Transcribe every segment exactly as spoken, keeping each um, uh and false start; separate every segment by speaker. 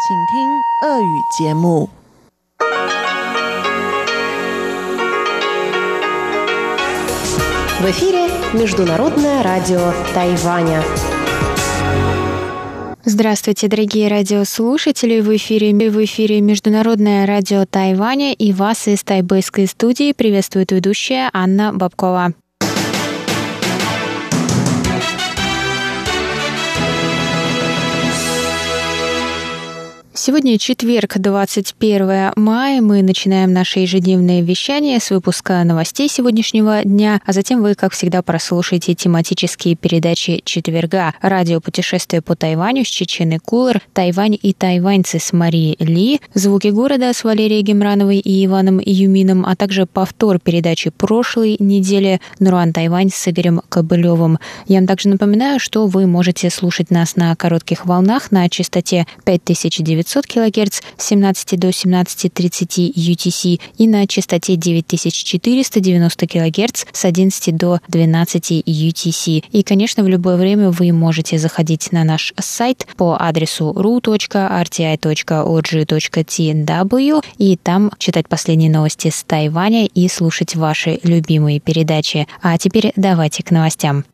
Speaker 1: 请听俄语节目。
Speaker 2: В эфире Международное радио Тайваня.
Speaker 3: Здравствуйте, дорогие радиослушатели! В эфире, в эфире Международное радио Тайваня, и вас из тайбэйской студии приветствует ведущая Анна Бабкова. Сегодня четверг, двадцать первое мая. Мы начинаем наше ежедневное вещание с выпуска новостей сегодняшнего дня, а затем вы, как всегда, прослушаете тематические передачи четверга. Радиопутешествие по Тайваню с Чеченой Кулар, Тайвань и тайваньцы с Марией Ли, Звуки города с Валерией Гемрановой и Иваном Юмином, а также повтор передачи прошлой недели Нуран Тайвань с Игорем Кобылевым. Я вам также напоминаю, что вы можете слушать нас на коротких волнах на частоте пять тысяч девятьсот килогерц с семнадцати до семнадцати тридцати ю ти си и на частоте девять тысяч четыреста девяносто килогерц с одиннадцати до двенадцати ю ти си. И, конечно, в любое время вы можете заходить на наш сайт по адресу ру точка эр ти ай точка о джи точка ти дабл ю и там читать последние новости с Тайваня и слушать ваши любимые передачи. А теперь давайте к новостям.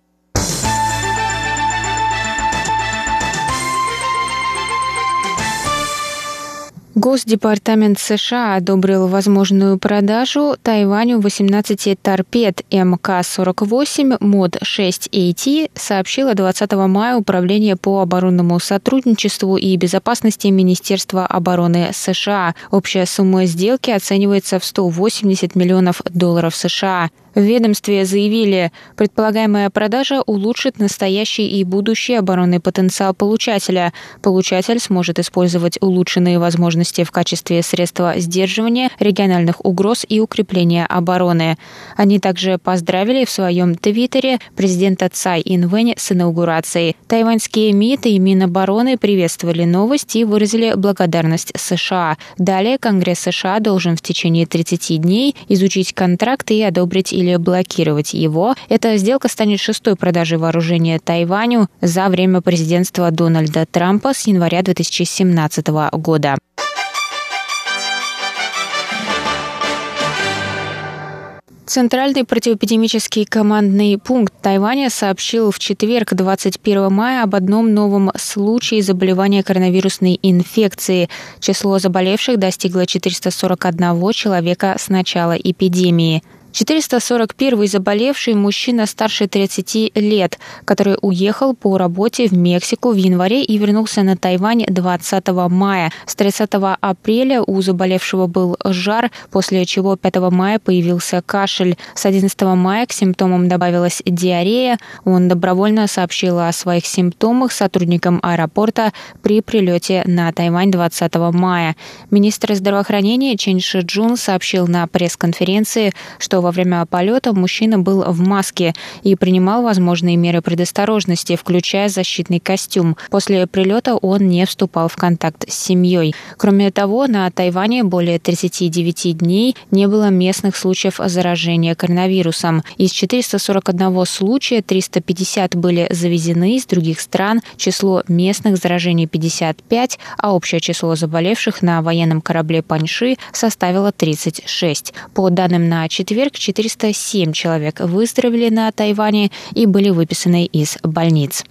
Speaker 3: Госдепартамент США одобрил возможную продажу Тайваню восемнадцати торпед эм ка сорок восемь мод шесть эй ти, сообщило двадцатого мая Управление по оборонному сотрудничеству и безопасности Министерства обороны США. Общая сумма сделки оценивается в сто восемьдесят миллионов долларов США. В ведомстве заявили, предполагаемая продажа улучшит настоящий и будущий оборонный потенциал получателя. Получатель сможет использовать улучшенные возможности в качестве средства сдерживания региональных угроз и укрепления обороны. Они также поздравили в своем твиттере президента Цай Инвэнь с инаугурацией. Тайваньские МИД и Минобороны приветствовали новость и выразили благодарность США. Далее Конгресс США должен в течение тридцати дней изучить контракт и одобрить или блокировать его. Эта сделка станет шестой продажей вооружения Тайваню за время президентства Дональда Трампа с января две тысячи семнадцатого года. Центральный противоэпидемический командный пункт Тайваня сообщил в четверг, двадцать первого мая, об одном новом случае заболевания коронавирусной инфекцией. Число заболевших достигло четыреста сорок одного человека с начала эпидемии. четыреста сорок первый заболевший мужчина старше тридцати лет, который уехал по работе в Мексику в январе и вернулся на Тайвань двадцатого мая. С тридцатого апреля у заболевшего был жар, после чего пятого мая появился кашель. С одиннадцатого мая к симптомам добавилась диарея. Он добровольно сообщил о своих симптомах сотрудникам аэропорта при прилете на Тайвань двадцатого мая. Министр здравоохранения Чен Шиджун сообщил на пресс-конференции, что во время полета мужчина был в маске и принимал возможные меры предосторожности, включая защитный костюм. После прилета он не вступал в контакт с семьей. Кроме того, на Тайване более тридцати девяти дней не было местных случаев заражения коронавирусом. Из четырёхсот сорока одного случая триста пятьдесят были завезены из других стран, число местных заражений пятьдесят пять, а общее число заболевших на военном корабле Паньши составило тридцать шесть. По данным на четверг, четыреста семь человек выздоровели на Тайване и были выписаны из больниц.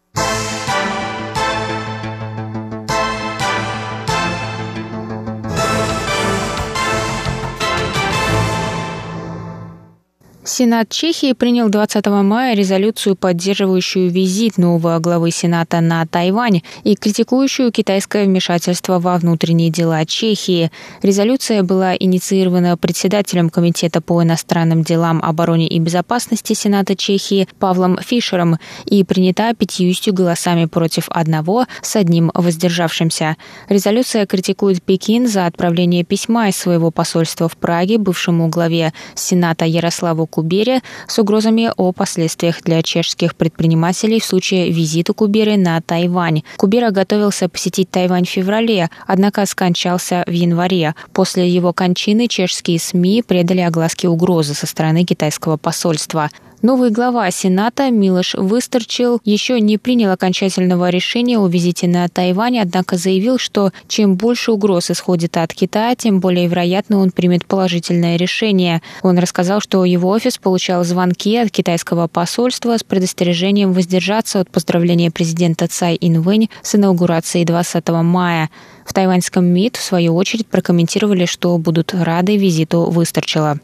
Speaker 3: Сенат Чехии принял двадцатого мая резолюцию, поддерживающую визит нового главы Сената на Тайвань и критикующую китайское вмешательство во внутренние дела Чехии. Резолюция была инициирована председателем Комитета по иностранным делам, обороне и безопасности Сената Чехии Павлом Фишером и принята пятьюдесятью голосами против одного с одним воздержавшимся. Резолюция критикует Пекин за отправление письма из своего посольства в Праге бывшему главе Сената Ярославу Кубере с угрозами о последствиях для чешских предпринимателей в случае визита Куберы на Тайвань. Кубера готовился посетить Тайвань в феврале, однако скончался в январе. После его кончины чешские СМИ предали огласке угрозы со стороны китайского посольства. Новый глава Сената Милош Выстарчил еще не принял окончательного решения о визите на Тайвань, однако заявил, что чем больше угроз исходит от Китая, тем более вероятно он примет положительное решение. Он рассказал, что его офис получал звонки от китайского посольства с предостережением воздержаться от поздравления президента Цай Инвэнь с инаугурацией двадцатого мая. В тайваньском МИД, в свою очередь, прокомментировали, что будут рады визиту Выстарчила.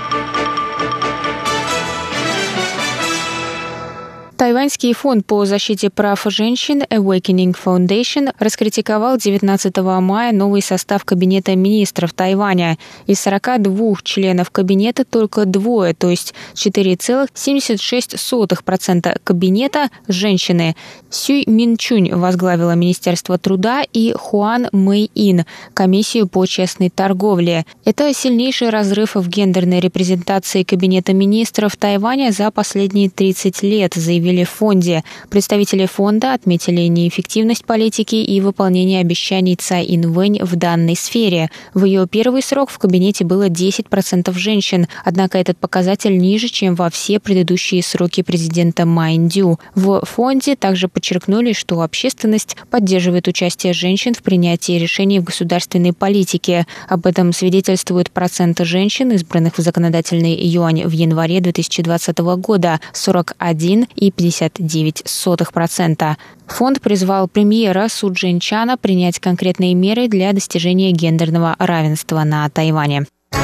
Speaker 3: Тайваньский фонд по защите прав женщин Awakening Foundation раскритиковал девятнадцатого мая новый состав Кабинета министров Тайваня. Из сорока двух членов Кабинета только двое, то есть четыре целых семьдесят шесть сотых процента Кабинета – женщины. Сюй Минчунь возглавила Министерство труда и Хуан Мэй Ин – Комиссию по честной торговле. Это сильнейший разрыв в гендерной репрезентации Кабинета министров Тайваня за последние тридцать лет, заявили в фонде. Представители фонда отметили неэффективность политики и выполнение обещаний Цай Инвэнь в данной сфере. В ее первый срок в кабинете было десять процентов женщин, однако этот показатель ниже, чем во все предыдущие сроки президента Ма Ин-дю. В фонде также подчеркнули, что общественность поддерживает участие женщин в принятии решений в государственной политике. Об этом свидетельствует процент женщин, избранных в законодательный юань в январе две тысячи двадцатого года – сорок один и пятьдесят девять сотых процента. Фонд призвал премьера Су Чжэньчана принять конкретные меры для достижения гендерного равенства на Тайване.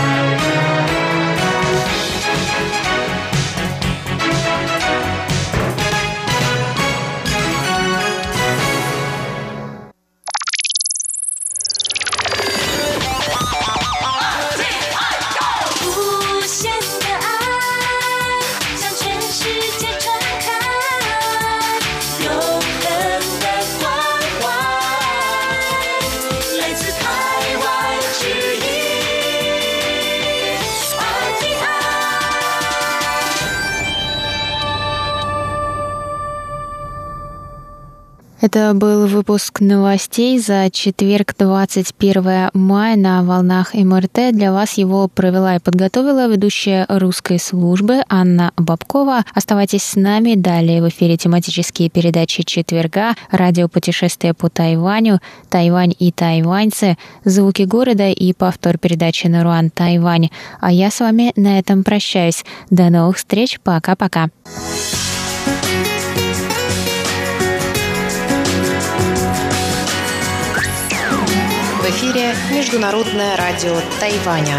Speaker 3: Это был выпуск новостей за четверг, двадцать первого мая на волнах эм эр тэ. Для вас его провела и подготовила ведущая русской службы Анна Бабкова. Оставайтесь с нами. Далее в эфире тематические передачи четверга, радиопутешествие по Тайваню, Тайвань и тайваньцы, звуки города и повтор передачи Наруан Тайвань. А я с вами на этом прощаюсь. До новых встреч. Пока-пока.
Speaker 2: В эфире Международное радио Тайваня.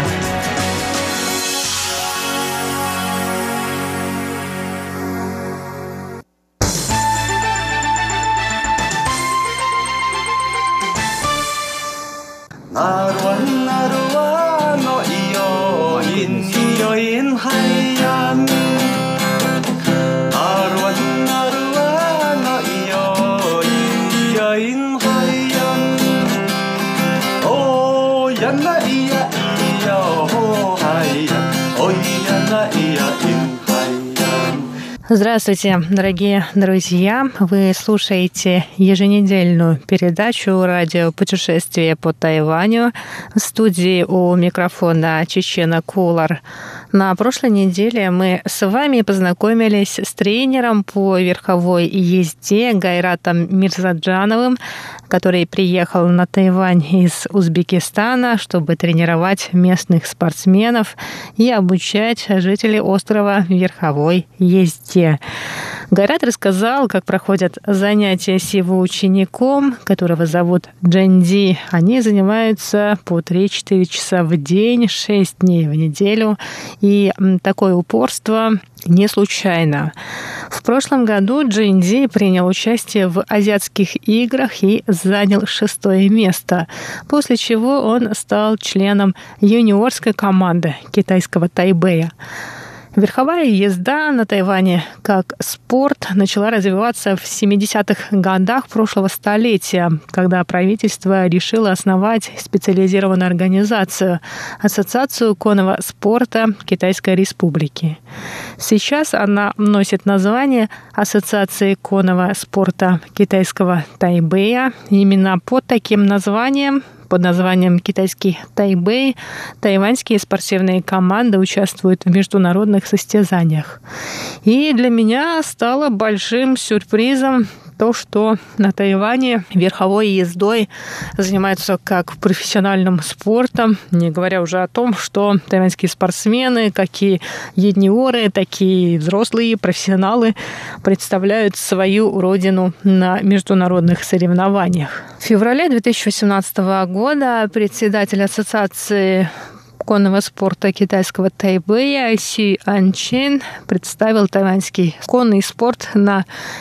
Speaker 4: Здравствуйте, дорогие друзья! Вы слушаете еженедельную передачу «Радио путешествие по Тайваню». В студии у микрофона Чечена Кулар. На прошлой неделе мы с вами познакомились с тренером по верховой езде Гайратом Мирзаджановым, который приехал на Тайвань из Узбекистана, чтобы тренировать местных спортсменов и обучать жителей острова верховой езде. Гайрат рассказал, как проходят занятия с его учеником, которого зовут Джэнди. Они занимаются по три-четыре часа в день, шесть дней в неделю. И такое упорство не случайно. В прошлом году Джэнди принял участие в азиатских играх и занял шестое место, после чего он стал членом юниорской команды китайского Тайбэя. Верховая езда на Тайване как спорт начала развиваться в семидесятых годах прошлого столетия, когда правительство решило основать специализированную организацию – Ассоциацию конного спорта Китайской Республики. Сейчас она носит название Ассоциации конного спорта Китайского Тайбэя. Именно под таким названием под названием «Китайский Тайбэй» тайваньские спортивные команды участвуют в международных состязаниях. И для меня стало большим сюрпризом то, что на Тайване верховой ездой занимаются как профессиональным спортом, не говоря уже о том, что тайваньские спортсмены, как и юниоры, так и взрослые профессионалы представляют свою родину на международных соревнованиях. В феврале две тысячи восемнадцатого года председатель Ассоциации конного спорта китайского Тайбэя Си Анчин представил тайваньский конный спорт на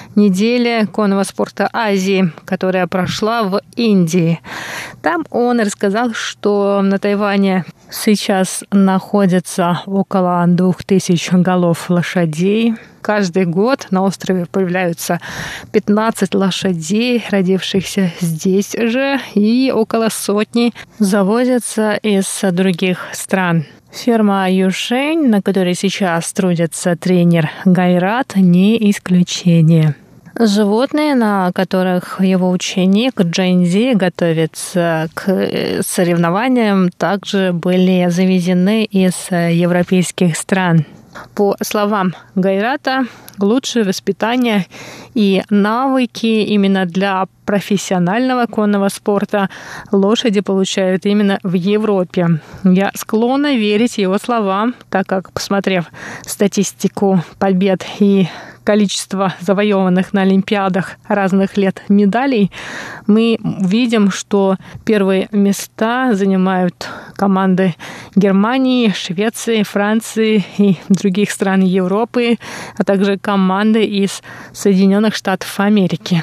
Speaker 4: неделе конного спорта Азии, которая прошла в Индии. Там он рассказал, что на Тайване сейчас находится около двух тысяч голов лошадей. Каждый год на острове появляются пятнадцать лошадей, родившихся здесь же, и около сотни завозятся из других стран. Ферма Юшень, на которой сейчас трудится тренер Гайрат, не исключение. Животные, на которых его ученик Джэнзи готовится к соревнованиям, также были завезены из европейских стран. По словам Гайрата, лучшее воспитание и навыки именно для профессионального конного спорта лошади получают именно в Европе. Я склонна верить его словам, так как, посмотрев статистику побед и количество завоеванных на Олимпиадах разных лет медалей, мы видим, что первые места занимают команды Германии, Швеции, Франции и других стран Европы, а также команды из Соединенных Штатов Америки.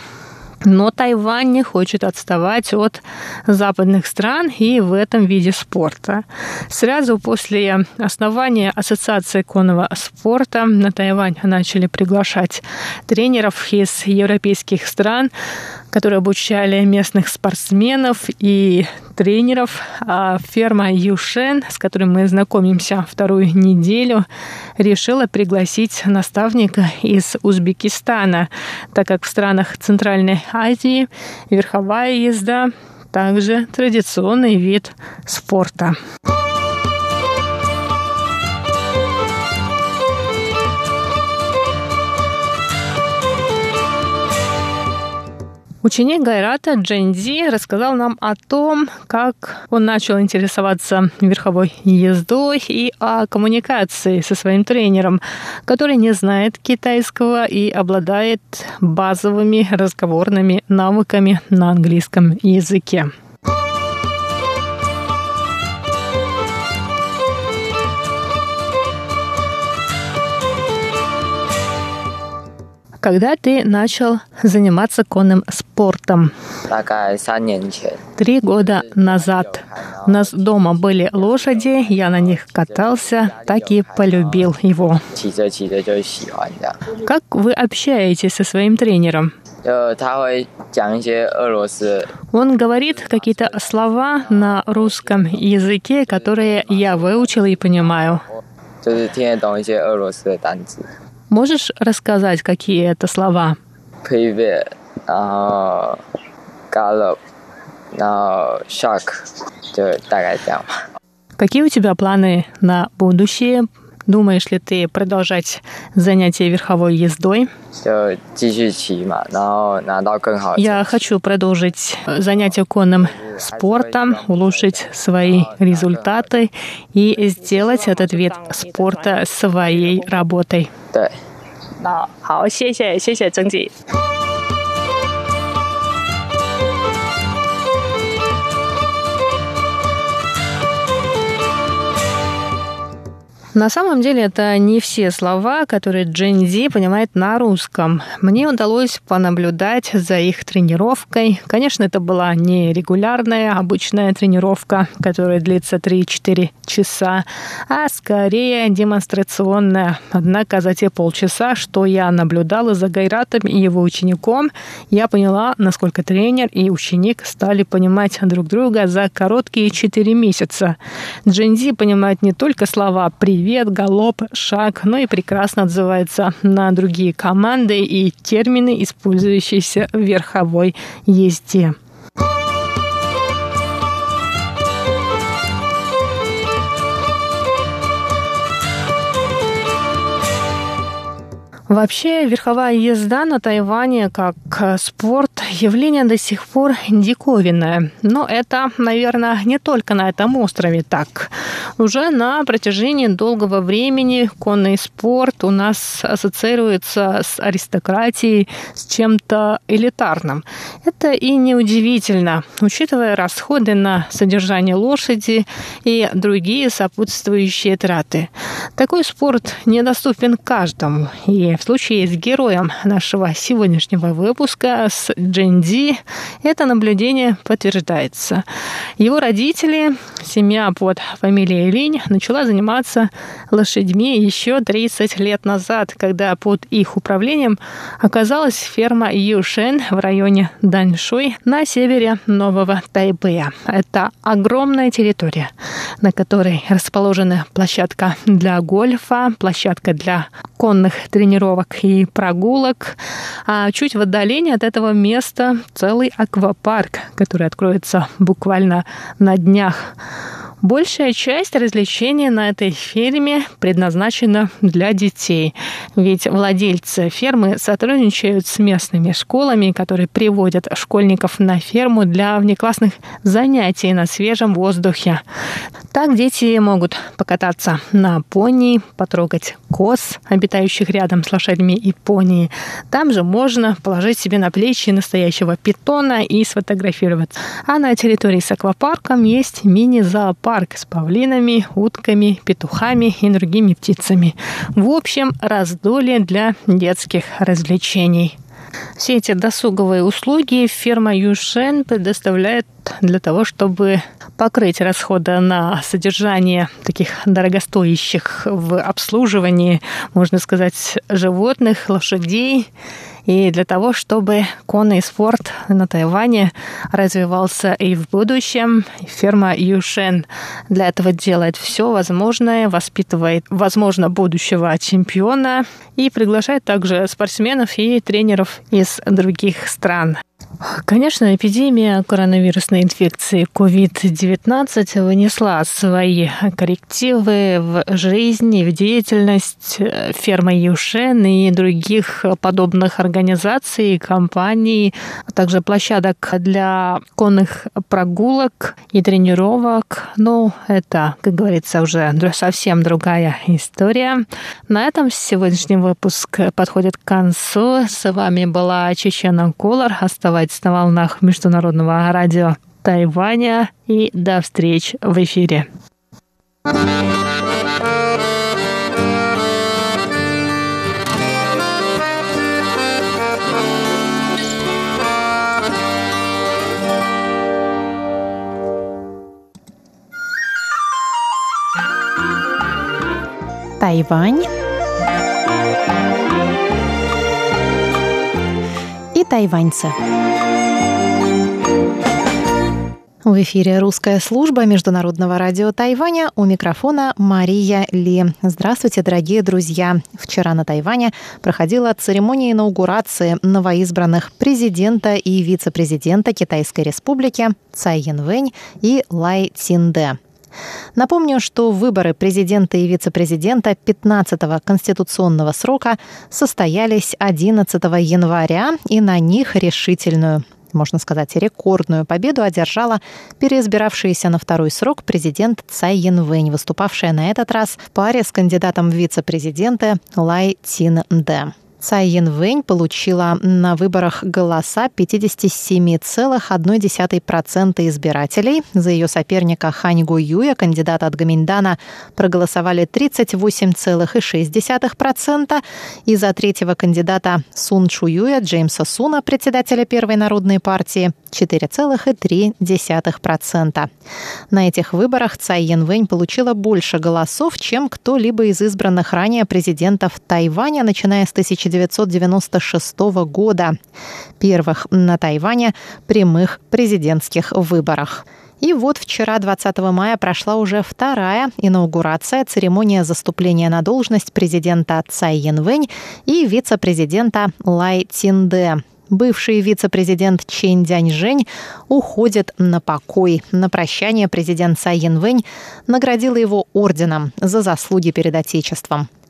Speaker 4: Но Тайвань не хочет отставать от западных стран и в этом виде спорта. Сразу после основания Ассоциации конного спорта на Тайвань начали приглашать тренеров из европейских стран, которые обучали местных спортсменов и тренеров. А ферма Юшен, с которой мы знакомимся вторую неделю, решила пригласить наставника из Узбекистана, так как в странах Центральной Азии верховая езда также традиционный вид спорта. Ученик Гайрата Джэнзи рассказал нам о том, как он начал интересоваться верховой ездой и о коммуникации со своим тренером, который не знает китайского и обладает базовыми разговорными навыками на английском языке. Когда ты начал заниматься конным спортом? Три года назад. У нас дома были лошади, я на них катался, так и полюбил его. Как вы общаетесь со своим тренером? Он говорит какие-то слова на русском языке, которые я выучила и понимаю. Можешь рассказать, какие это слова?
Speaker 5: Привет, галоп, шаг.
Speaker 4: Какие у тебя планы на будущее? Думаешь ли ты продолжать занятия верховой ездой? Я хочу продолжить занятия конным спортом, улучшить свои результаты и сделать этот вид спорта своей работой.
Speaker 5: Да.
Speaker 4: 好，谢谢，谢谢曾姐。На самом деле это не все слова, которые Джэнзи понимает на русском. Мне удалось понаблюдать за их тренировкой. Конечно, это была не регулярная, обычная тренировка, которая длится три-четыре часа, а скорее демонстрационная. Однако за те полчаса, что я наблюдала за Гайратом и его учеником, я поняла, насколько тренер и ученик стали понимать друг друга за короткие четыре месяца. Джэнзи понимает не только слова «привет», «Привет», «галоп», «шаг», но и прекрасно отзывается на другие команды и термины, использующиеся в верховой езде. Вообще, верховая езда на Тайване как спорт – явление до сих пор диковинное. Но это, наверное, не только на этом острове так. Уже на протяжении долгого времени конный спорт у нас ассоциируется с аристократией, с чем-то элитарным. Это и неудивительно, учитывая расходы на содержание лошади и другие сопутствующие траты. Такой спорт недоступен каждому. И в случае с героем нашего сегодняшнего выпуска, с Джинди, это наблюдение подтверждается. Его родители, семья под фамилией Линь, начала заниматься лошадьми еще тридцать лет назад, когда под их управлением оказалась ферма Юшен в районе Даньшуй на севере Нового Тайбэя. Это огромная территория, на которой расположена площадка для гольфа, площадка для конных тренировок и прогулок. А чуть в отдалении от этого места целый аквапарк, который откроется буквально на днях. Большая часть развлечений на этой ферме предназначена для детей. Ведь владельцы фермы сотрудничают с местными школами, которые приводят школьников на ферму для внеклассных занятий на свежем воздухе. Так дети могут покататься на пони, потрогать коз, обитающих рядом с лошадьми и пони. Там же можно положить себе на плечи настоящего питона и сфотографироваться. А на территории с аквапарком есть мини-зоопарк с павлинами, утками, петухами и другими птицами. В общем, раздолье для детских развлечений. Все эти досуговые услуги ферма Юшен предоставляет для того, чтобы покрыть расходы на содержание таких дорогостоящих в обслуживании, можно сказать, животных, лошадей, и для того, чтобы конный спорт на Тайване развивался и в будущем. Ферма Юшен для этого делает все возможное, воспитывает, возможно, будущего чемпиона и приглашает также спортсменов и тренеров из других стран. Конечно, эпидемия коронавирусной инфекции ковид девятнадцать внесла свои коррективы в жизнь и в деятельность фермы Юшен и других подобных организаций, компаний, а также площадок для конных прогулок и тренировок. Ну, это, как говорится, уже совсем другая история. На этом сегодняшний выпуск подходит к концу. С вами была Чечена Колор. Оставайтесь на волнах Международного радио Тайваня и до встреч в эфире.
Speaker 2: Тайвань и тайваньцы. В эфире русская служба Международного радио Тайваня. У микрофона Мария Ли. Здравствуйте, дорогие друзья. Вчера на Тайване проходила церемония инаугурации новоизбранных президента и вице-президента Китайской Республики Цай Янвэнь и Лай Цинде. Напомню, что выборы президента и вице-президента пятнадцатого конституционного срока состоялись одиннадцатого января, и на них решительную, можно сказать, рекордную победу одержала переизбиравшаяся на второй срок президент Цай Янвэнь, выступавшая на этот раз в паре с кандидатом в вице-президенты Лай Цинде. Цай Янвэнь получила на выборах голоса пятьдесят семь целых одна десятая процента избирателей. За ее соперника Хань Гуюя, кандидата от Гоминьдана, проголосовали тридцать восемь целых шесть десятых процента. И за третьего кандидата Сун Чуюя, Джеймса Суна, председателя Первой народной партии, четыре целых три десятых процента. На этих выборах Цай Янвэнь получила больше голосов, чем кто-либо из избранных ранее президентов Тайваня, начиная с тысяча девятьсот девяносто шестого года, первых на Тайване прямых президентских выборах. И вот вчера, двадцатого мая, прошла уже вторая инаугурация, церемония заступления на должность президента Цай Янвэнь и вице-президента Лай Цинде. Бывший вице-президент Чэнь Дяньжэнь уходит на покой. На прощание президент Цай Янвэнь наградила его орденом за заслуги перед Отечеством.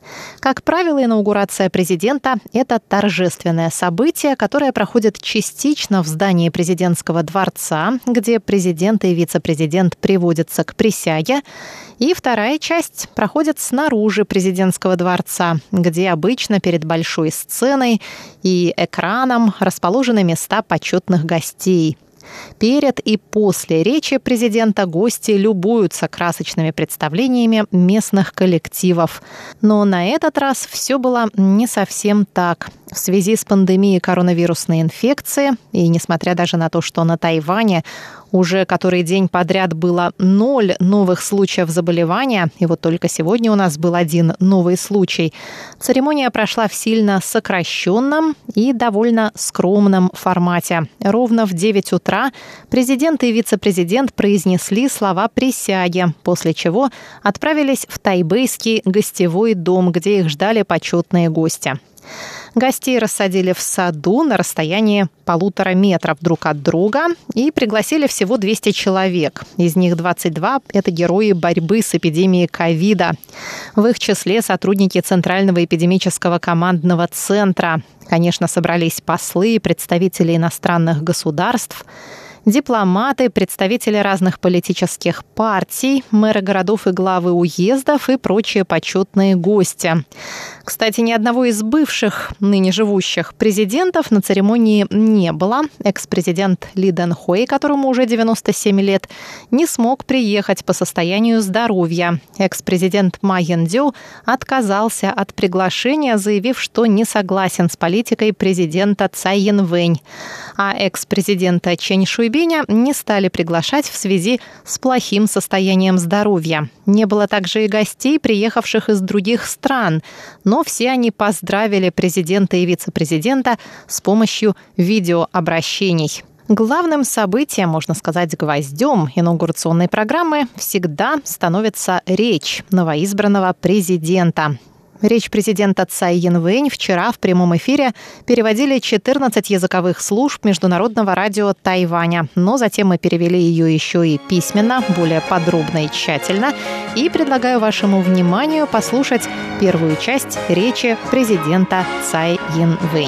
Speaker 2: Как правило, инаугурация президента – это торжественное событие, которое проходит частично в здании президентского дворца, где президент и вице-президент приводятся к присяге, и вторая часть проходит снаружи президентского дворца, где обычно перед большой сценой и экраном расположены места почетных гостей. Перед и после речи президента гости любуются красочными представлениями местных коллективов. Но на этот раз все было не совсем так. В связи с пандемией коронавирусной инфекции, и несмотря даже на то, что на Тайване уже который день подряд было ноль новых случаев заболевания, и вот только сегодня у нас был один новый случай, церемония прошла в сильно сокращенном и довольно скромном формате. Ровно в девять утра президент и вице-президент произнесли слова присяги, после чего отправились в тайбэйский гостевой дом, где их ждали почетные гости. Гостей рассадили в саду на расстоянии полутора метров друг от друга и пригласили всего двести человек. Из них двадцать два – это герои борьбы с эпидемией ковида. В их числе сотрудники Центрального эпидемического командного центра. Конечно, собрались послы и представители иностранных государств, дипломаты, представители разных политических партий, мэры городов и главы уездов и прочие почетные гости. Кстати, ни одного из бывших, ныне живущих президентов на церемонии не было. Экс-президент Ли Дэнхуэй, которому уже девяносто семь лет, не смог приехать по состоянию здоровья. Экс-президент Ма Ян-дю отказался от приглашения, заявив, что не согласен с политикой президента Цай Ин-вэнь. А экс-президента Чэнь Шуйбиня не стали приглашать в связи с плохим состоянием здоровья. Не было также и гостей, приехавших из других стран, но все они поздравили президента и вице-президента с помощью видеообращений. Главным событием, можно сказать, гвоздем инаугурационной программы всегда становится речь новоизбранного президента. Речь президента Цай Ин-вэнь вчера в прямом эфире переводили четырнадцать языковых служб Международного радио Тайваня. Но затем мы перевели ее еще и письменно, более подробно и тщательно. И предлагаю вашему вниманию послушать первую часть речи президента Цай Ин-вэнь.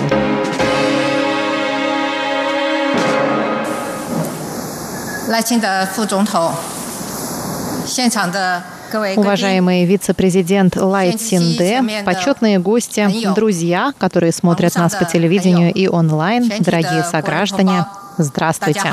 Speaker 2: Уважаемый вице-президент Лай Цин-де, почетные гости, друзья, которые смотрят нас по телевидению и онлайн, дорогие сограждане, здравствуйте.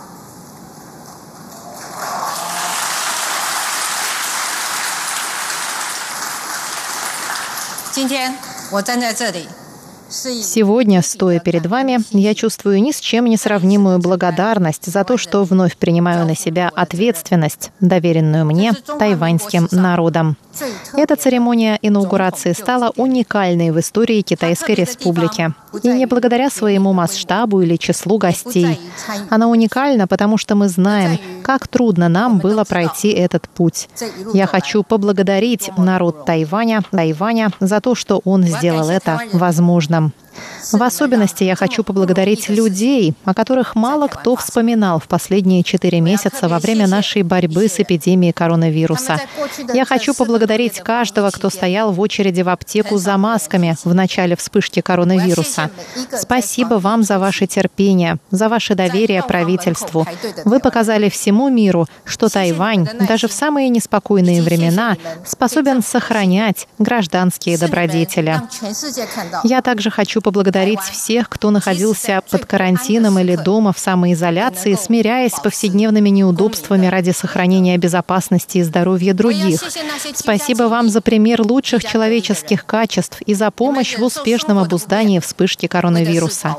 Speaker 2: Сегодня, стоя перед вами, я чувствую ни с чем не сравнимую благодарность за то, что вновь принимаю на себя ответственность, доверенную мне тайваньским народом. Эта церемония инаугурации стала уникальной в истории Китайской Республики. И не благодаря своему масштабу или числу гостей. Она уникальна, потому что мы знаем, как трудно нам было пройти этот путь. Я хочу поблагодарить народ Тайваня, Тайваня за то, что он сделал это возможным. В особенности я хочу поблагодарить людей, о которых мало кто вспоминал в последние четыре месяца во время нашей борьбы с эпидемией коронавируса. Я хочу поблагодарить каждого, кто стоял в очереди в аптеку за масками в начале вспышки коронавируса. Спасибо вам за ваше терпение, за ваше доверие правительству. Вы показали всему миру, что Тайвань даже в самые неспокойные времена способен сохранять гражданские добродетели. Я также хочу поблагодарить всех, кто находился под карантином или дома в самоизоляции, смиряясь с повседневными неудобствами ради сохранения безопасности и здоровья других. Спасибо вам за пример лучших человеческих качеств и за помощь в успешном обуздании вспышки коронавируса.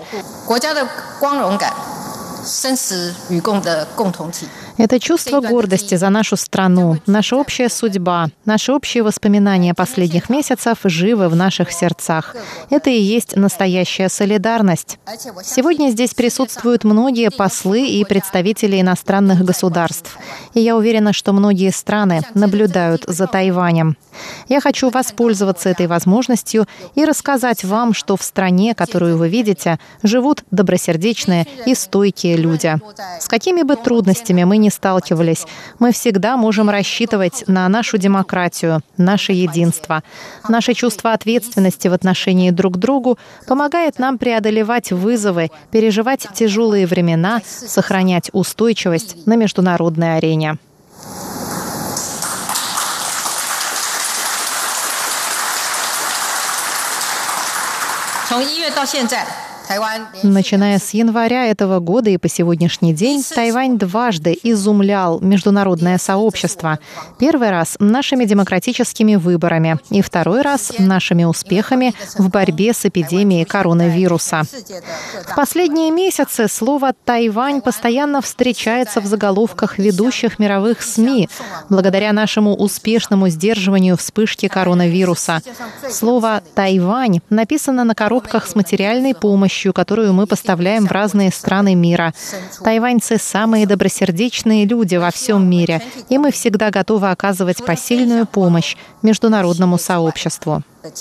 Speaker 2: Это чувство гордости за нашу страну, наша общая судьба, наши общие воспоминания последних месяцев живы в наших сердцах. Это и есть настоящая солидарность. Сегодня здесь присутствуют многие послы и представители иностранных государств. И я уверена, что многие страны наблюдают за Тайванем. Я хочу воспользоваться этой возможностью и рассказать вам, что в стране, которую вы видите, живут добросердечные и стойкие люди. С какими бы трудностями мы ни ни сталкивались, мы всегда можем рассчитывать на нашу демократию, наше единство. Наше чувство ответственности в отношении друг к другу помогает нам преодолевать вызовы, переживать тяжелые времена, сохранять устойчивость на международной арене. Начиная с января этого года и по сегодняшний день, Тайвань дважды изумлял международное сообщество. Первый раз нашими демократическими выборами и второй раз нашими успехами в борьбе с эпидемией коронавируса. В последние месяцы слово «Тайвань» постоянно встречается в заголовках ведущих мировых СМИ благодаря нашему успешному сдерживанию вспышки коронавируса. Слово «Тайвань» написано на коробках с материальной помощью, которую мы поставляем в разные страны мира. Тайваньцы – самые добросердечные люди во всем мире, и мы всегда готовы оказывать посильную помощь международному сообществу.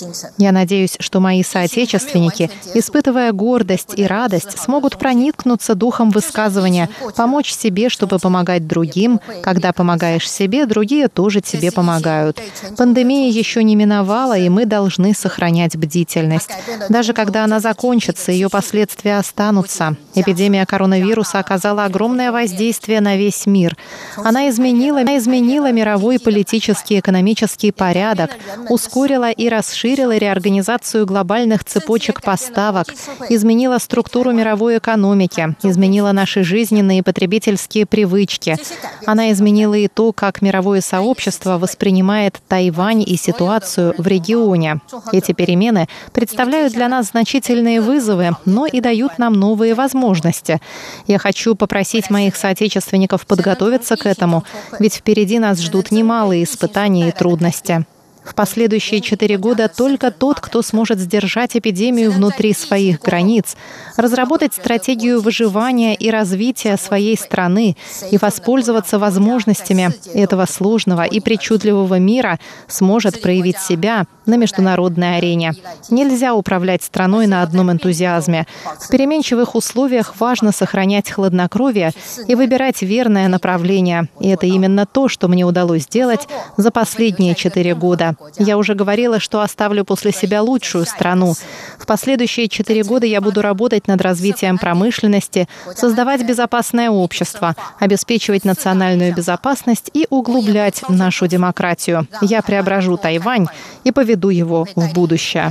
Speaker 2: Я надеюсь, что мои соотечественники, испытывая гордость и радость, смогут проникнуться духом высказывания, помочь себе, чтобы помогать другим. Когда помогаешь себе, другие тоже тебе помогают. Пандемия еще не миновала, и мы должны сохранять бдительность. Даже когда она закончится, ее последствия останутся. Эпидемия коронавируса оказала огромное воздействие на весь мир. Она изменила, она изменила мировой политический и экономический порядок, ускорила и расширила расширила реорганизацию глобальных цепочек поставок, изменила структуру мировой экономики, изменила наши жизненные и потребительские привычки. Она изменила и то, как мировое сообщество воспринимает Тайвань и ситуацию в регионе. Эти перемены представляют для нас значительные вызовы, но и дают нам новые возможности. Я хочу попросить моих соотечественников подготовиться к этому, ведь впереди нас ждут немалые испытания и трудности. В последующие четыре года только тот, кто сможет сдержать эпидемию внутри своих границ, разработать стратегию выживания и развития своей страны и воспользоваться возможностями этого сложного и причудливого мира, сможет проявить себя на международной арене. Нельзя управлять страной на одном энтузиазме. В переменчивых условиях важно сохранять хладнокровие и выбирать верное направление. И это именно то, что мне удалось сделать за последние четыре года. Я уже говорила, что оставлю после себя лучшую страну. В последующие четыре года я буду работать над развитием промышленности, создавать безопасное общество, обеспечивать национальную безопасность и углублять нашу демократию. Я преображу Тайвань и поведу его в будущее.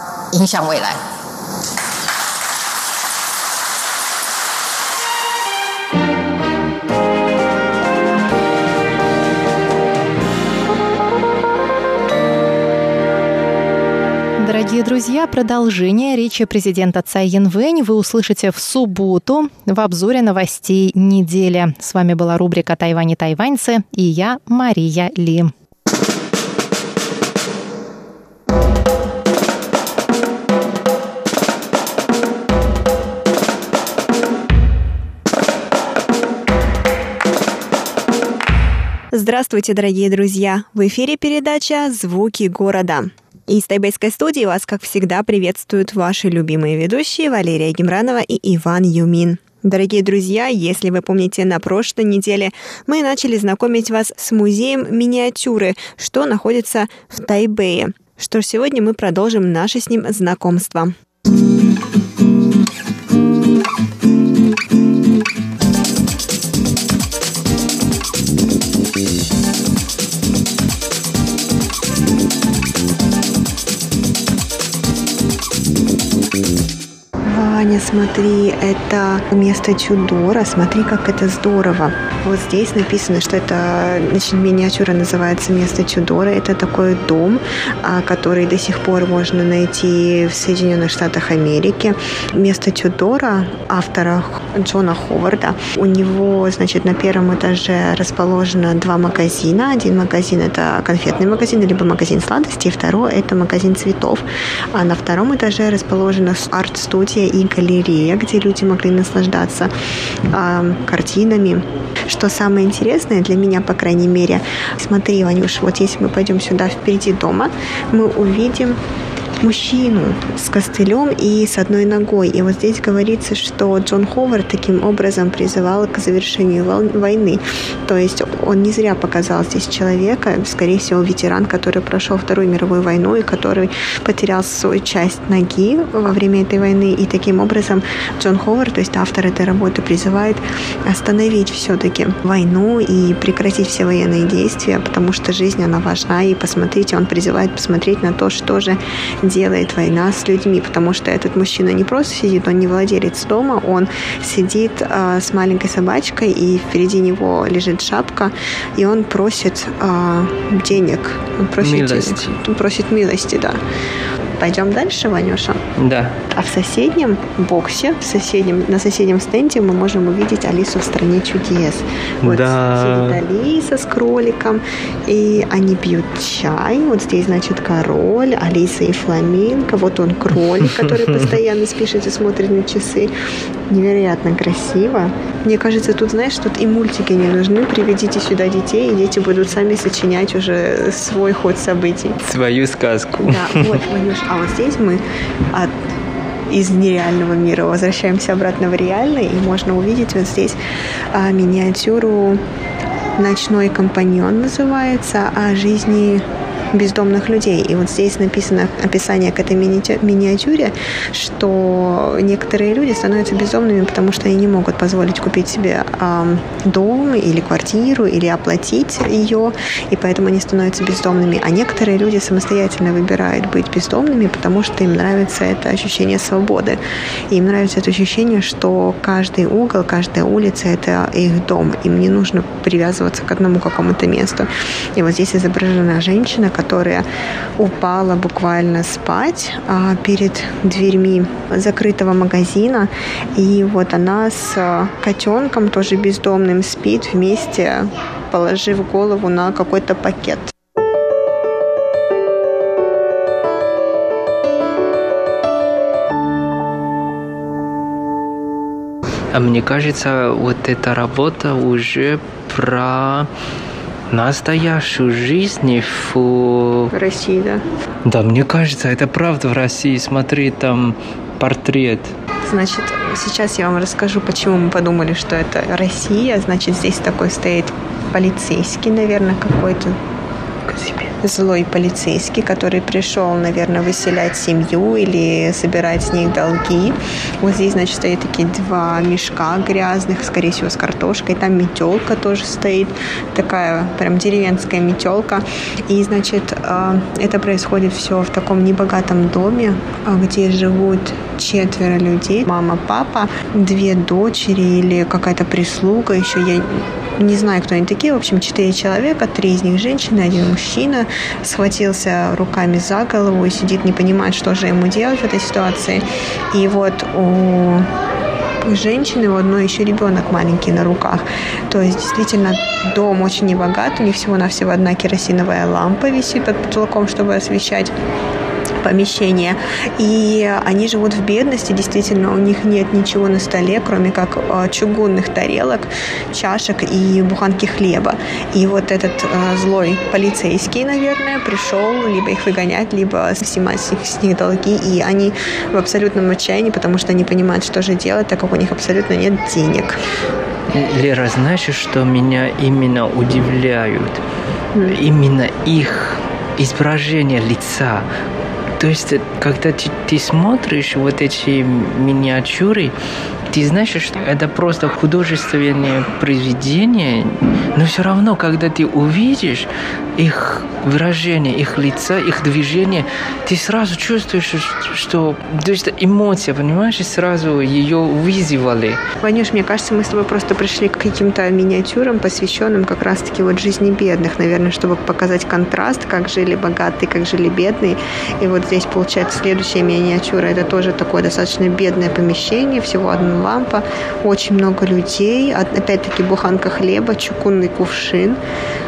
Speaker 2: Дорогие друзья, продолжение речи президента Цай Янвэнь вы услышите в субботу в обзоре новостей недели. С вами была рубрика «Тайвань и тайваньцы» и я, Мария Ли.
Speaker 5: Здравствуйте, дорогие друзья! В эфире передача «Звуки города». Из тайбэйской студии вас, как всегда, приветствуют ваши любимые ведущие Валерия Гемранова и Иван Юмин. Дорогие друзья, если вы помните, на прошлой неделе мы начали знакомить вас с музеем миниатюры, что находится в Тайбэе. Что ж, сегодня мы продолжим наше с ним знакомство. Ваня, смотри, это место Чудора. Смотри, как это здорово. Вот здесь написано, что это, значит, миниатюра называется «Место Чудора». Это такой дом, который до сих пор можно найти в Соединенных Штатах Америки. Место Чудора автора Джона Ховарда. У него, значит, на первом этаже расположено два магазина. Один магазин – это конфетный магазин, либо магазин сладостей. Второй – это магазин цветов. А на втором этаже расположена арт-студия и галерея, где люди могли наслаждаться э, картинами. Что самое интересное для меня, по крайней мере, смотри, Ванюш, вот если мы пойдем сюда впереди дома, мы увидим мужчину с костылем и с одной ногой. И вот здесь говорится, что Джон Ховард таким образом призывал к завершению войны. То есть он не зря показал здесь человека, скорее всего, ветеран, который прошел Вторую мировую войну и который потерял свою часть ноги во время этой войны. И таким образом Джон Ховард, то есть автор этой работы, призывает остановить все-таки войну и прекратить все военные действия, потому что жизнь, она важна. И посмотрите, он призывает посмотреть на то, что же делает война с людьми, потому что этот мужчина не просто сидит, он не владелец дома, он сидит э, с маленькой собачкой, и впереди него лежит шапка, и он просит э, денег, он просит
Speaker 6: милости.
Speaker 5: Он просит милости, да. Пойдем дальше, Ванюша?
Speaker 6: Да.
Speaker 5: А в соседнем боксе, в соседнем, на соседнем стенде мы можем увидеть Алису в стране чудес. Вот
Speaker 6: да.
Speaker 5: сидит Алиса с кроликом, и они пьют чай. Вот здесь, значит, король, Алиса и фламинго. Вот он, кролик, который постоянно спешит и смотрит на часы. Невероятно красиво. Мне кажется, тут, знаешь, тут и мультики не нужны. Приведите сюда детей, и дети будут сами сочинять уже свой ход событий.
Speaker 6: Свою сказку.
Speaker 5: Да, вот, Ванюш, а вот здесь мы от, из нереального мира возвращаемся обратно в реальный, и можно увидеть вот здесь а, миниатюру «Ночной компаньон» называется, о жизни бездомных людей. И вот здесь написано описание к этой мини- миниатюре, что некоторые люди становятся бездомными, потому что они не могут позволить купить себе э, дом или квартиру, или оплатить ее, и поэтому они становятся бездомными. А некоторые люди самостоятельно выбирают быть бездомными, потому что им нравится это ощущение свободы. И им нравится это ощущение, что каждый угол, каждая улица – это их дом. Им не нужно привязываться к одному какому-то месту. И вот здесь изображена женщина, которая упала буквально спать а, перед дверьми закрытого магазина. И вот она с котенком, тоже бездомным, спит вместе, положив голову на какой-то пакет.
Speaker 6: А мне кажется, вот эта работа уже про настоящую жизнь в
Speaker 5: России, да?
Speaker 6: Да, мне кажется, это правда в России. Смотри, там портрет.
Speaker 5: Значит, сейчас я вам расскажу, почему мы подумали, что это Россия. Значит, здесь такой стоит полицейский, наверное, какой-то злой полицейский, который пришел, наверное, выселять семью или собирать с них долги. Вот здесь, значит, стоят такие два мешка грязных, скорее всего, с картошкой. Там метелка тоже стоит, такая прям деревенская метелка. И, значит, это происходит все в таком небогатом доме, где живут четверо людей. Мама, папа, две дочери или какая-то прислуга еще. Я не знаю, кто они такие. В общем, четыре человека, три из них женщины, один мужчина. Схватился руками за голову и сидит, не понимает, что же ему делать в этой ситуации. И вот у женщины у одной еще ребенок маленький на руках. То есть, действительно, дом очень небогат. У них всего-навсего одна керосиновая лампа висит под потолком, чтобы освещать помещение. И они живут в бедности, действительно, у них нет ничего на столе, кроме как чугунных тарелок, чашек и буханки хлеба. И вот этот э, злой полицейский, наверное, пришел либо их выгонять, либо снимать с них долги. И они в абсолютном отчаянии, потому что они понимают, что же делать, так как у них абсолютно нет денег.
Speaker 6: Лера, знаешь, что меня именно удивляют? Mm. Именно их изображение лица. То есть, когда ты, ты смотришь вот эти миниатюры, ты знаешь, что это просто художественное произведение, но все равно, когда ты увидишь их выражение, их лица, их движение, ты сразу чувствуешь, что то есть эмоция, понимаешь, сразу ее вызывали.
Speaker 5: Ванюш, мне кажется, мы с тобой просто пришли к каким-то миниатюрам, посвященным как раз-таки вот жизни бедных, наверное, чтобы показать контраст, как жили богатые, как жили бедные. И вот здесь, получается, следующая миниатюра, это тоже такое достаточно бедное помещение, всего одна лампа, очень много людей, опять-таки буханка хлеба, чугунный кувшин,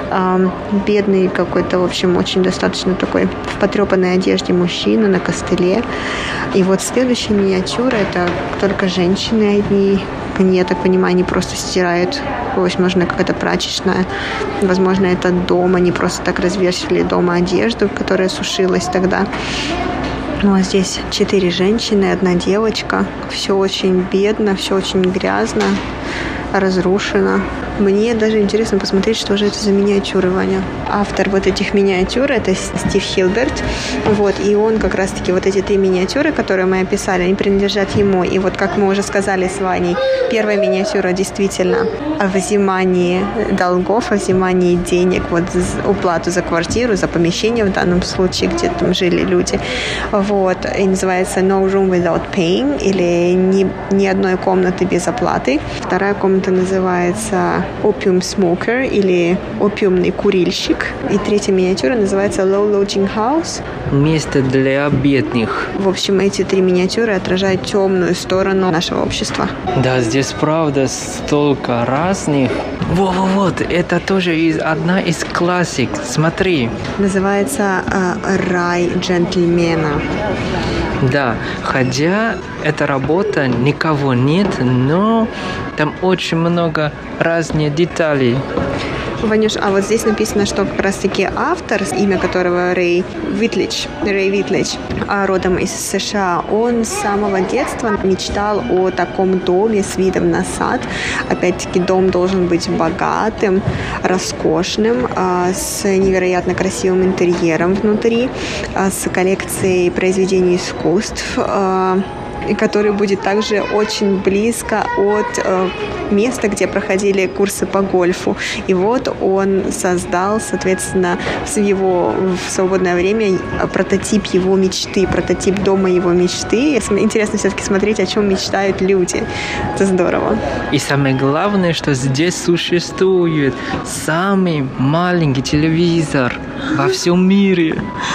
Speaker 5: бедный какой-то, в общем, очень достаточно такой в потрепанной одежде мужчина на костыле. И вот следующая миниатюра, это только женщины одни. Я так понимаю, они просто стирают, возможно, какая-то прачечная, возможно, это дом, они просто так развешивали дома одежду, которая сушилась тогда. Ну а здесь четыре женщины, одна девочка. Все очень бедно, все очень грязно, разрушено. Мне даже интересно посмотреть, что же это за миниатюры, Ваня. Автор вот этих миниатюр — это Стив Хилберт. Вот, и он как раз-таки вот эти три миниатюры, которые мы описали, они принадлежат ему. И вот, как мы уже сказали с Ваней, первая миниатюра действительно о взимании долгов, о взимании денег, вот уплату за квартиру, за помещение в данном случае, где там жили люди. Вот, и называется No Room Without Paying, или ни, ни одной комнаты без оплаты. Вторая комната называется Opium Smoker, или опиумный курильщик. И третья миниатюра называется Low Lodging House.
Speaker 6: Место для бедных.
Speaker 5: В общем, эти три миниатюры отражают темную сторону нашего общества.
Speaker 6: Да, здесь правда столько разных. Во-во-вот, это тоже из, одна из классик. Смотри.
Speaker 5: Называется э, «Рай джентльмена».
Speaker 6: Да, хотя эта работа никого нет, но там очень много разных деталей.
Speaker 5: Ванюш, а вот здесь написано, что как раз-таки автор, имя которого Рэй Витлич, Рэй Витлич, родом из США, он с самого детства мечтал о таком доме с видом на сад. Опять-таки, дом должен быть богатым, роскошным, с невероятно красивым интерьером внутри, с коллекцией произведений искусств, который будет также очень близко от э, места, где проходили курсы по гольфу. И вот он создал, соответственно, в его в свободное время прототип его мечты, прототип дома его мечты. Интересно все-таки смотреть, о чем мечтают люди. Это здорово.
Speaker 6: И самое главное, что здесь существует самый маленький телевизор во всем мире.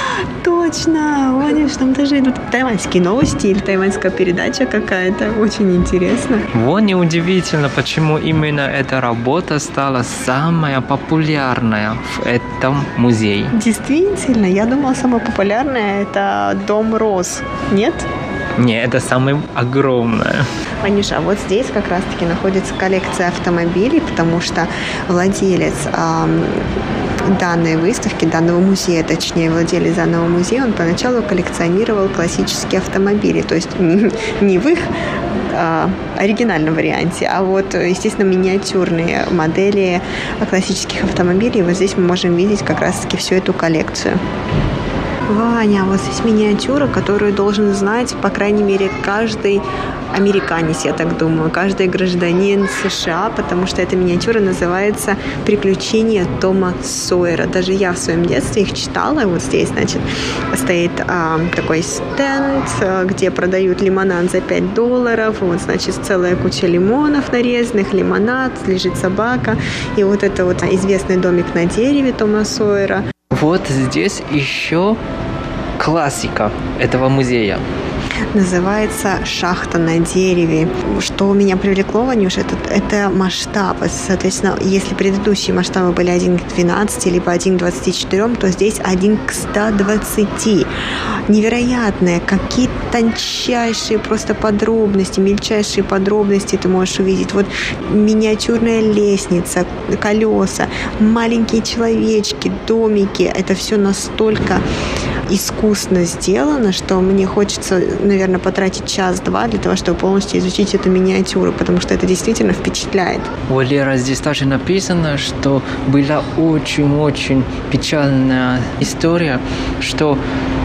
Speaker 5: Точно! Ваня, там даже идут тайваньские новости или тайваньская передача какая-то. Очень интересно.
Speaker 6: Вот неудивительно, почему именно эта работа стала самая популярная в этом музее.
Speaker 5: Действительно, я думала, самая популярная — это Дом роз. Нет?
Speaker 6: Не, это самое огромное.
Speaker 5: Ванюша, вот здесь как раз-таки находится коллекция автомобилей, потому что владелец э, данной выставки, данного музея, точнее, владелец данного музея, он поначалу коллекционировал классические автомобили, то есть не в их э, оригинальном варианте, а вот, естественно, миниатюрные модели классических автомобилей. Вот здесь мы можем видеть как раз-таки всю эту коллекцию. Ваня, вот здесь миниатюра, которую должен знать, по крайней мере, каждый американец, я так думаю, каждый гражданин США, потому что эта миниатюра называется «Приключения Тома Сойера». Даже я в своем детстве их читала. Вот здесь, значит, стоит а, такой стенд, а, где продают лимонад за пять долларов. Вот, значит, целая куча лимонов нарезанных, лимонад, лежит собака. И вот это вот известный домик на дереве Тома Сойера.
Speaker 6: Вот здесь еще классика этого музея.
Speaker 5: Называется «Шахта на дереве». Что меня привлекло, Ванюш, это, это масштаб. Соответственно, если предыдущие масштабы были один к двенадцати, либо один к двадцати четырем, то здесь один к ста двадцати. Невероятные, какие тончайшие просто подробности, мельчайшие подробности ты можешь увидеть. Вот миниатюрная лестница, колеса, маленькие человечки, домики. Это все настолько искусно сделано, что мне хочется, наверное, потратить час-два для того, чтобы полностью изучить эту миниатюру, потому что это действительно впечатляет.
Speaker 6: Валера, здесь также написано, что была очень-очень печальная история, что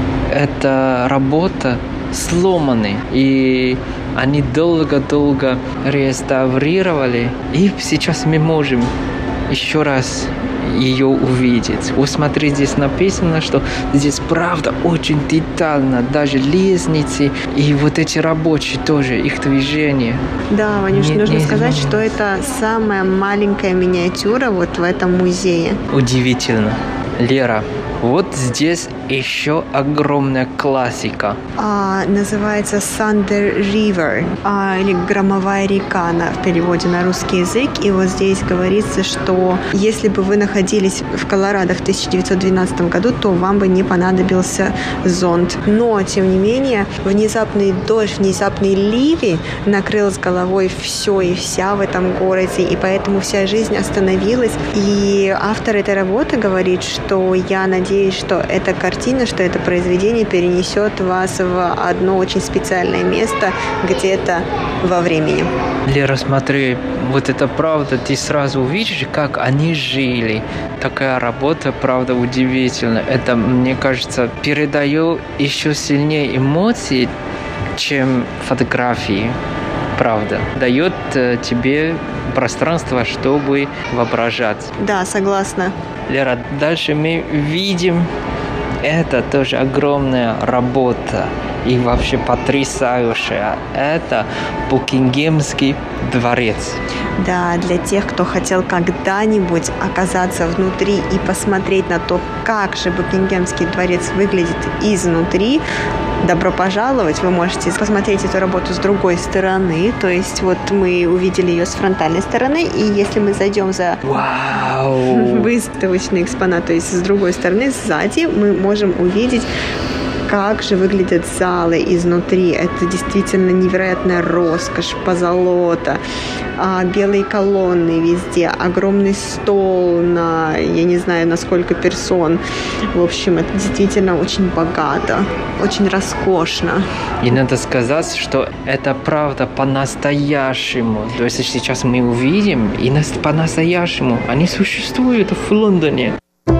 Speaker 6: эта работа сломаны, и они долго-долго реставрировали, и сейчас мы можем еще раз ее увидеть. Вот смотри, здесь написано, что здесь правда очень детально, даже лестницы и вот эти рабочие тоже, их движения.
Speaker 5: Да, Ванюш,
Speaker 6: не,
Speaker 5: нужно
Speaker 6: не
Speaker 5: сказать,
Speaker 6: изменено.
Speaker 5: что это самая маленькая миниатюра вот в этом музее.
Speaker 6: Удивительно. Лера, вот здесь еще огромная классика.
Speaker 5: А, называется Thunder River, а, или Громовая река на, в переводе на русский язык. И вот здесь говорится, что если бы вы находились в Колорадо в тысяча девятьсот двенадцатом году, то вам бы не понадобился зонт. Но, тем не менее, внезапный дождь, внезапный ливень накрыл с головой все и вся в этом городе, и поэтому вся жизнь остановилась. И автор этой работы говорит, что я надеюсь, надеюсь, что эта картина, что это произведение перенесет вас в одно очень специальное место где-то во времени.
Speaker 6: Лера, смотри, вот это правда, ты сразу увидишь, как они жили. Такая работа, правда, удивительна. Это, мне кажется, передает еще сильнее эмоций, чем фотографии. Правда. Дает тебе пространство, чтобы воображать.
Speaker 5: Да, согласна.
Speaker 6: Лера, дальше мы видим, это тоже огромная работа и вообще потрясающая. Это Букингемский дворец.
Speaker 5: Да, для тех, кто хотел когда-нибудь оказаться внутри и посмотреть на то, как же Букингемский дворец выглядит изнутри, добро пожаловать. Вы можете посмотреть эту работу с другой стороны. То есть вот мы увидели ее с фронтальной стороны, и если мы зайдем за
Speaker 6: Вау!
Speaker 5: выставочный экспонат, то есть с другой стороны, сзади, мы можем увидеть, как же выглядят залы изнутри. Это действительно невероятная роскошь, позолота, белые колонны везде, огромный стол на, я не знаю, на сколько персон. В общем, это действительно очень богато, очень роскошно.
Speaker 6: И надо сказать, что это правда по-настоящему. То есть сейчас мы увидим, и по-настоящему они существуют в Лондоне.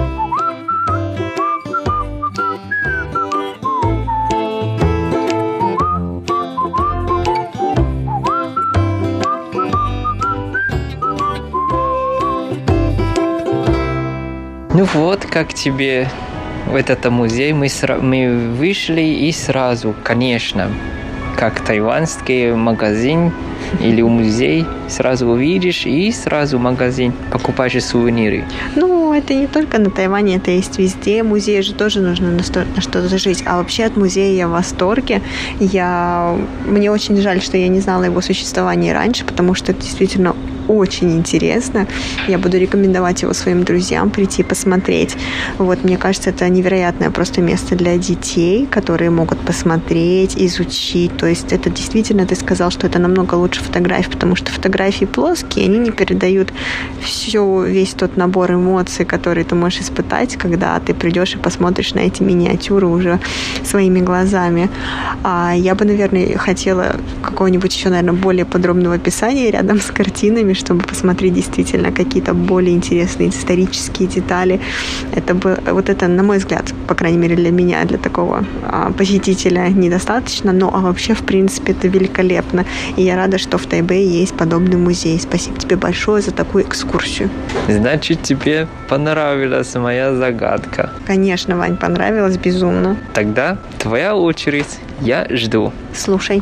Speaker 6: Ну вот, как тебе в этот музей, мы, сра- мы вышли и сразу, конечно, как тайваньский магазин или музей, сразу увидишь и сразу магазин, покупаешь сувениры.
Speaker 5: Ну, это не только на Тайване, это есть везде. Музею же тоже нужно на, сто- на что-то жить. А вообще от музея я в восторге. Я... Мне очень жаль, что я не знала его существования раньше, потому что это действительно очень интересно. Я буду рекомендовать его своим друзьям прийти посмотреть. Вот, мне кажется, это невероятное просто место для детей, которые могут посмотреть, изучить. То есть это действительно, ты сказал, что это намного лучше фотографий, потому что фотографии плоские, они не передают все, весь тот набор эмоций, которые ты можешь испытать, когда ты придешь и посмотришь на эти миниатюры уже своими глазами. А я бы, наверное, хотела какого-нибудь еще, наверное, более подробного описания рядом с картинами, чтобы посмотреть действительно какие-то более интересные исторические детали. Это бы, вот это, на мой взгляд, по крайней мере для меня, для такого а, посетителя недостаточно, но а вообще, в принципе, это великолепно. И я рада, что в Тайбэе есть подобный музей. Спасибо тебе большое за такую экскурсию.
Speaker 6: Значит, тебе понравилась моя загадка.
Speaker 5: Конечно, Вань, понравилось безумно.
Speaker 6: Тогда твоя очередь. Я жду.
Speaker 5: Слушай.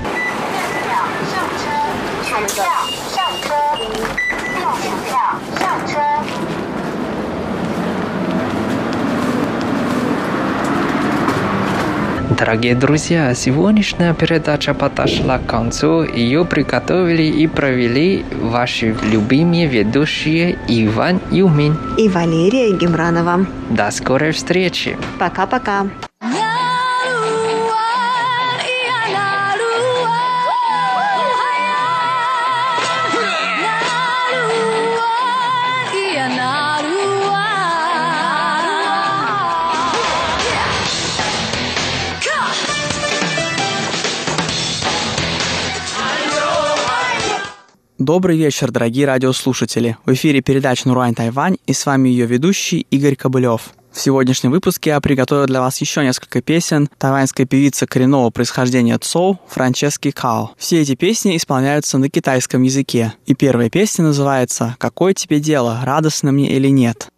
Speaker 6: Дорогие друзья, сегодняшняя передача подошла к концу. Ее приготовили и провели ваши любимые ведущие Иван Юмин
Speaker 5: и Валерия Гемранова.
Speaker 6: До скорой встречи.
Speaker 5: Пока-пока.
Speaker 7: Добрый вечер, дорогие радиослушатели. В эфире передача «Нуруань Тайвань» и с вами ее ведущий Игорь Кобылев. В сегодняшнем выпуске я приготовил для вас еще несколько песен тайваньской певицы коренного происхождения Цоу Франчески Као. Все эти песни исполняются на китайском языке. И первая песня называется «Какое тебе дело, радостно мне или нет?».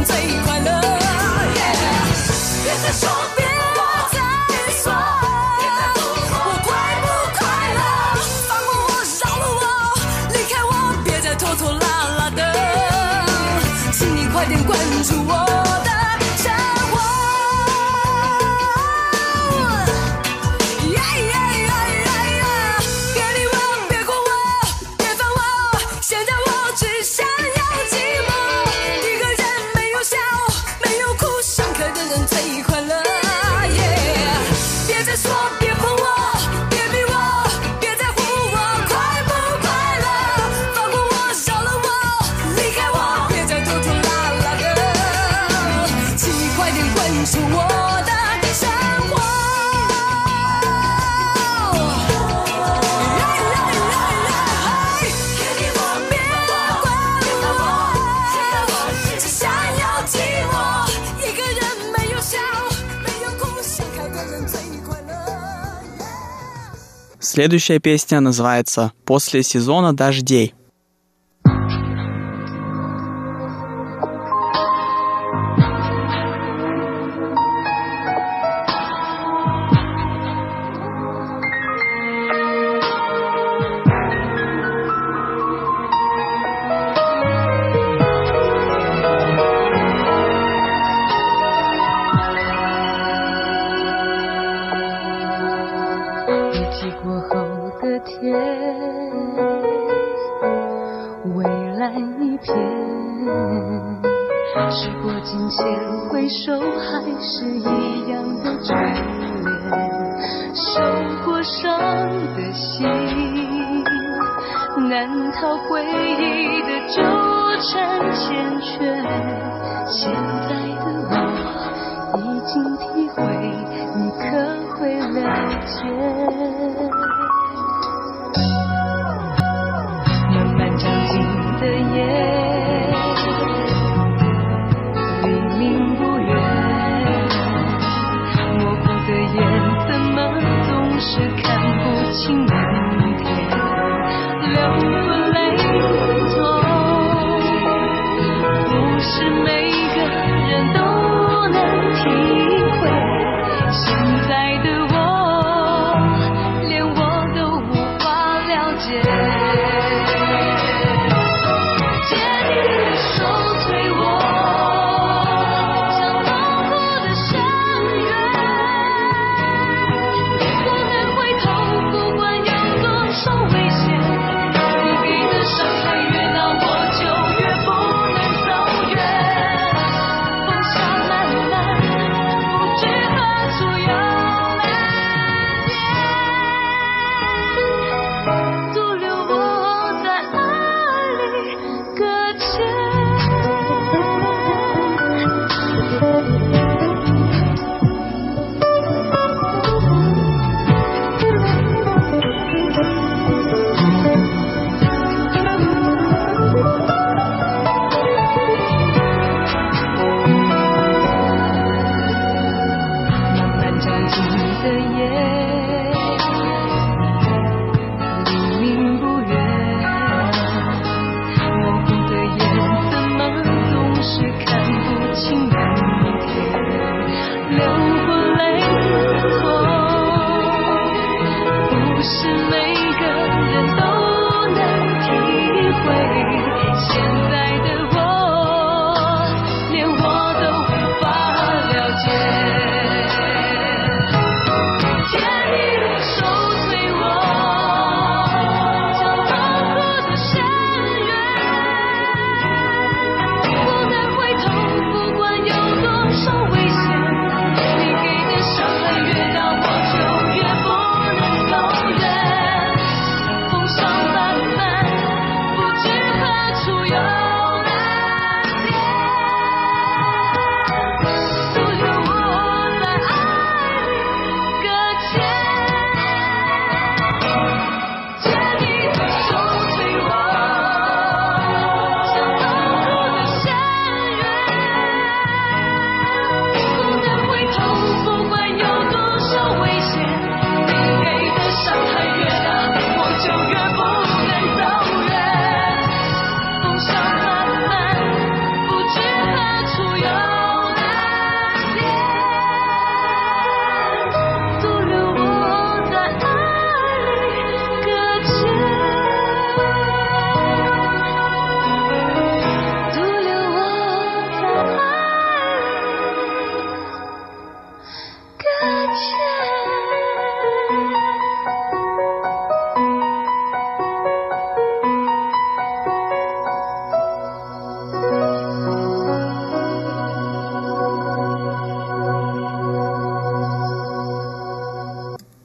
Speaker 7: Следующая песня называется «После сезона дождей».
Speaker 8: 现在的我连我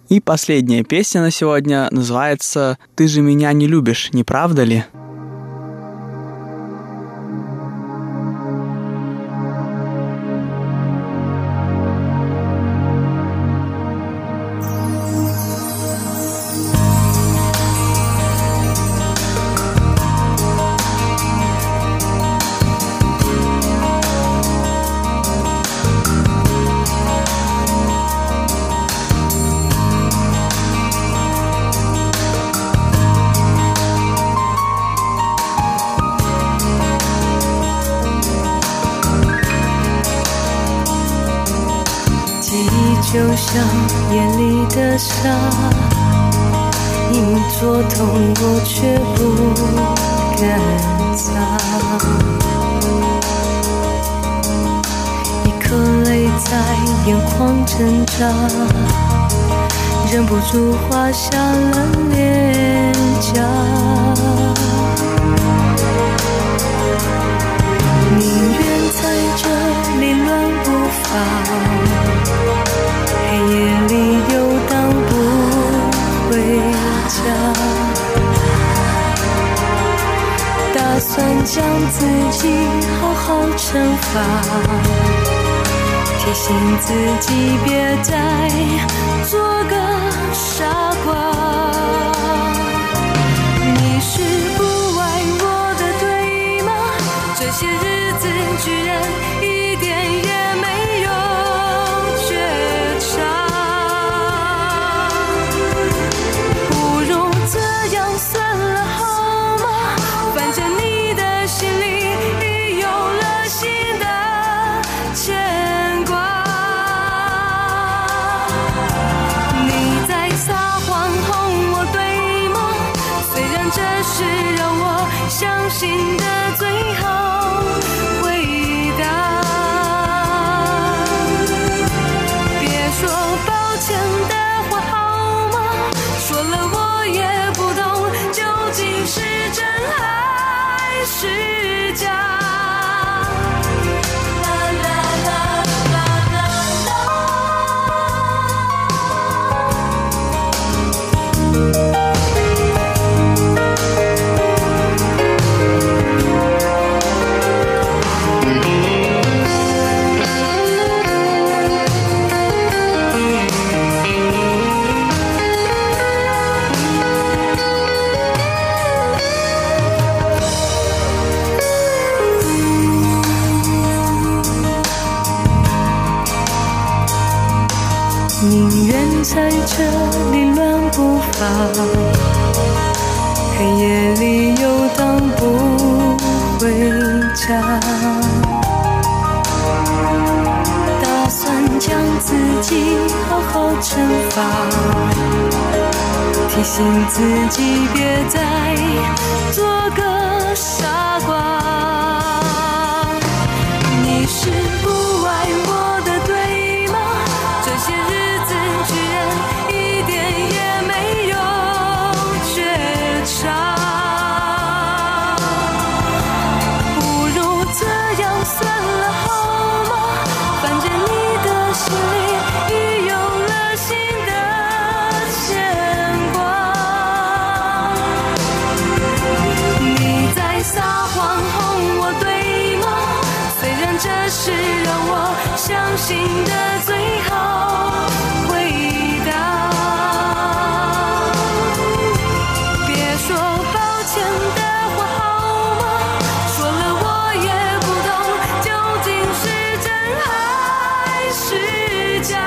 Speaker 7: И последняя песня на сегодня называется «Ты же меня не любишь, не правда ли?»
Speaker 8: 就像眼里的沙，硬作痛我却不敢擦，一颗泪在眼眶挣扎，忍不住滑下了脸颊，宁愿在这里乱步伐，黑夜里游荡不回家，打算将自己好好惩罚，提醒自己别再做个傻瓜。你是不爱我的对吗？这些日子居然一点也没有相信的最好回答，别说抱歉的话好吗？说了我也不懂究竟是真还是假。啦啦啦啦啦宁愿在这里乱步伐，黑夜里游荡不回家，打算将自己好好惩罚，提醒自己别再做个傻瓜。你是不爱我的对吗？这些日子居然一点也没有觉察，不如这样算了好吗？反正你的心里已有了新的牵挂。你在撒谎哄我对吗？虽然这是让我相信的最好回答，别说抱歉的话好吗？说了我也不懂究竟是真还是假。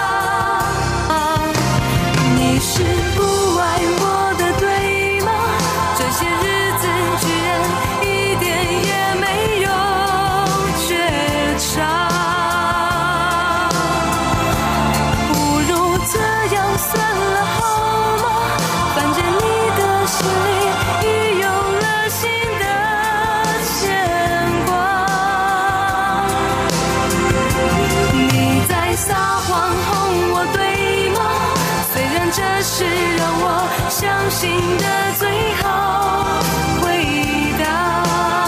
Speaker 8: 你是不爱我的对吗？这些日子居然一点也没有觉察，这是让我相信的最好回答，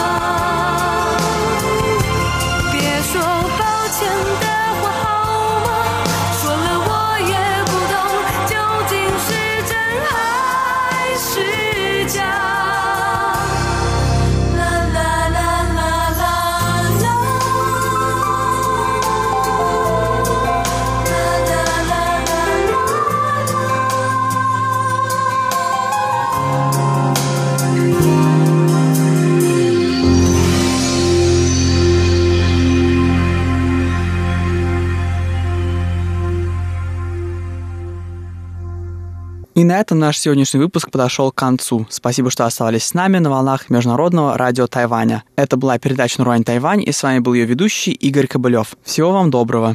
Speaker 8: 别说抱歉的话好吗？说了我也不懂究
Speaker 7: И на этом наш сегодняшний выпуск подошел к концу. Спасибо, что оставались с нами на волнах Международного радио Тайваня. Это была передача «Наруань Тайвань», и с вами был ее ведущий Игорь Кобылев. Всего вам доброго.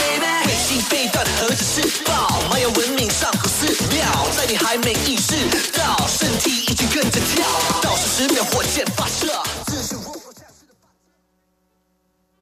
Speaker 9: 背叛，何止是报？漫游文明上古寺庙，在你还没意识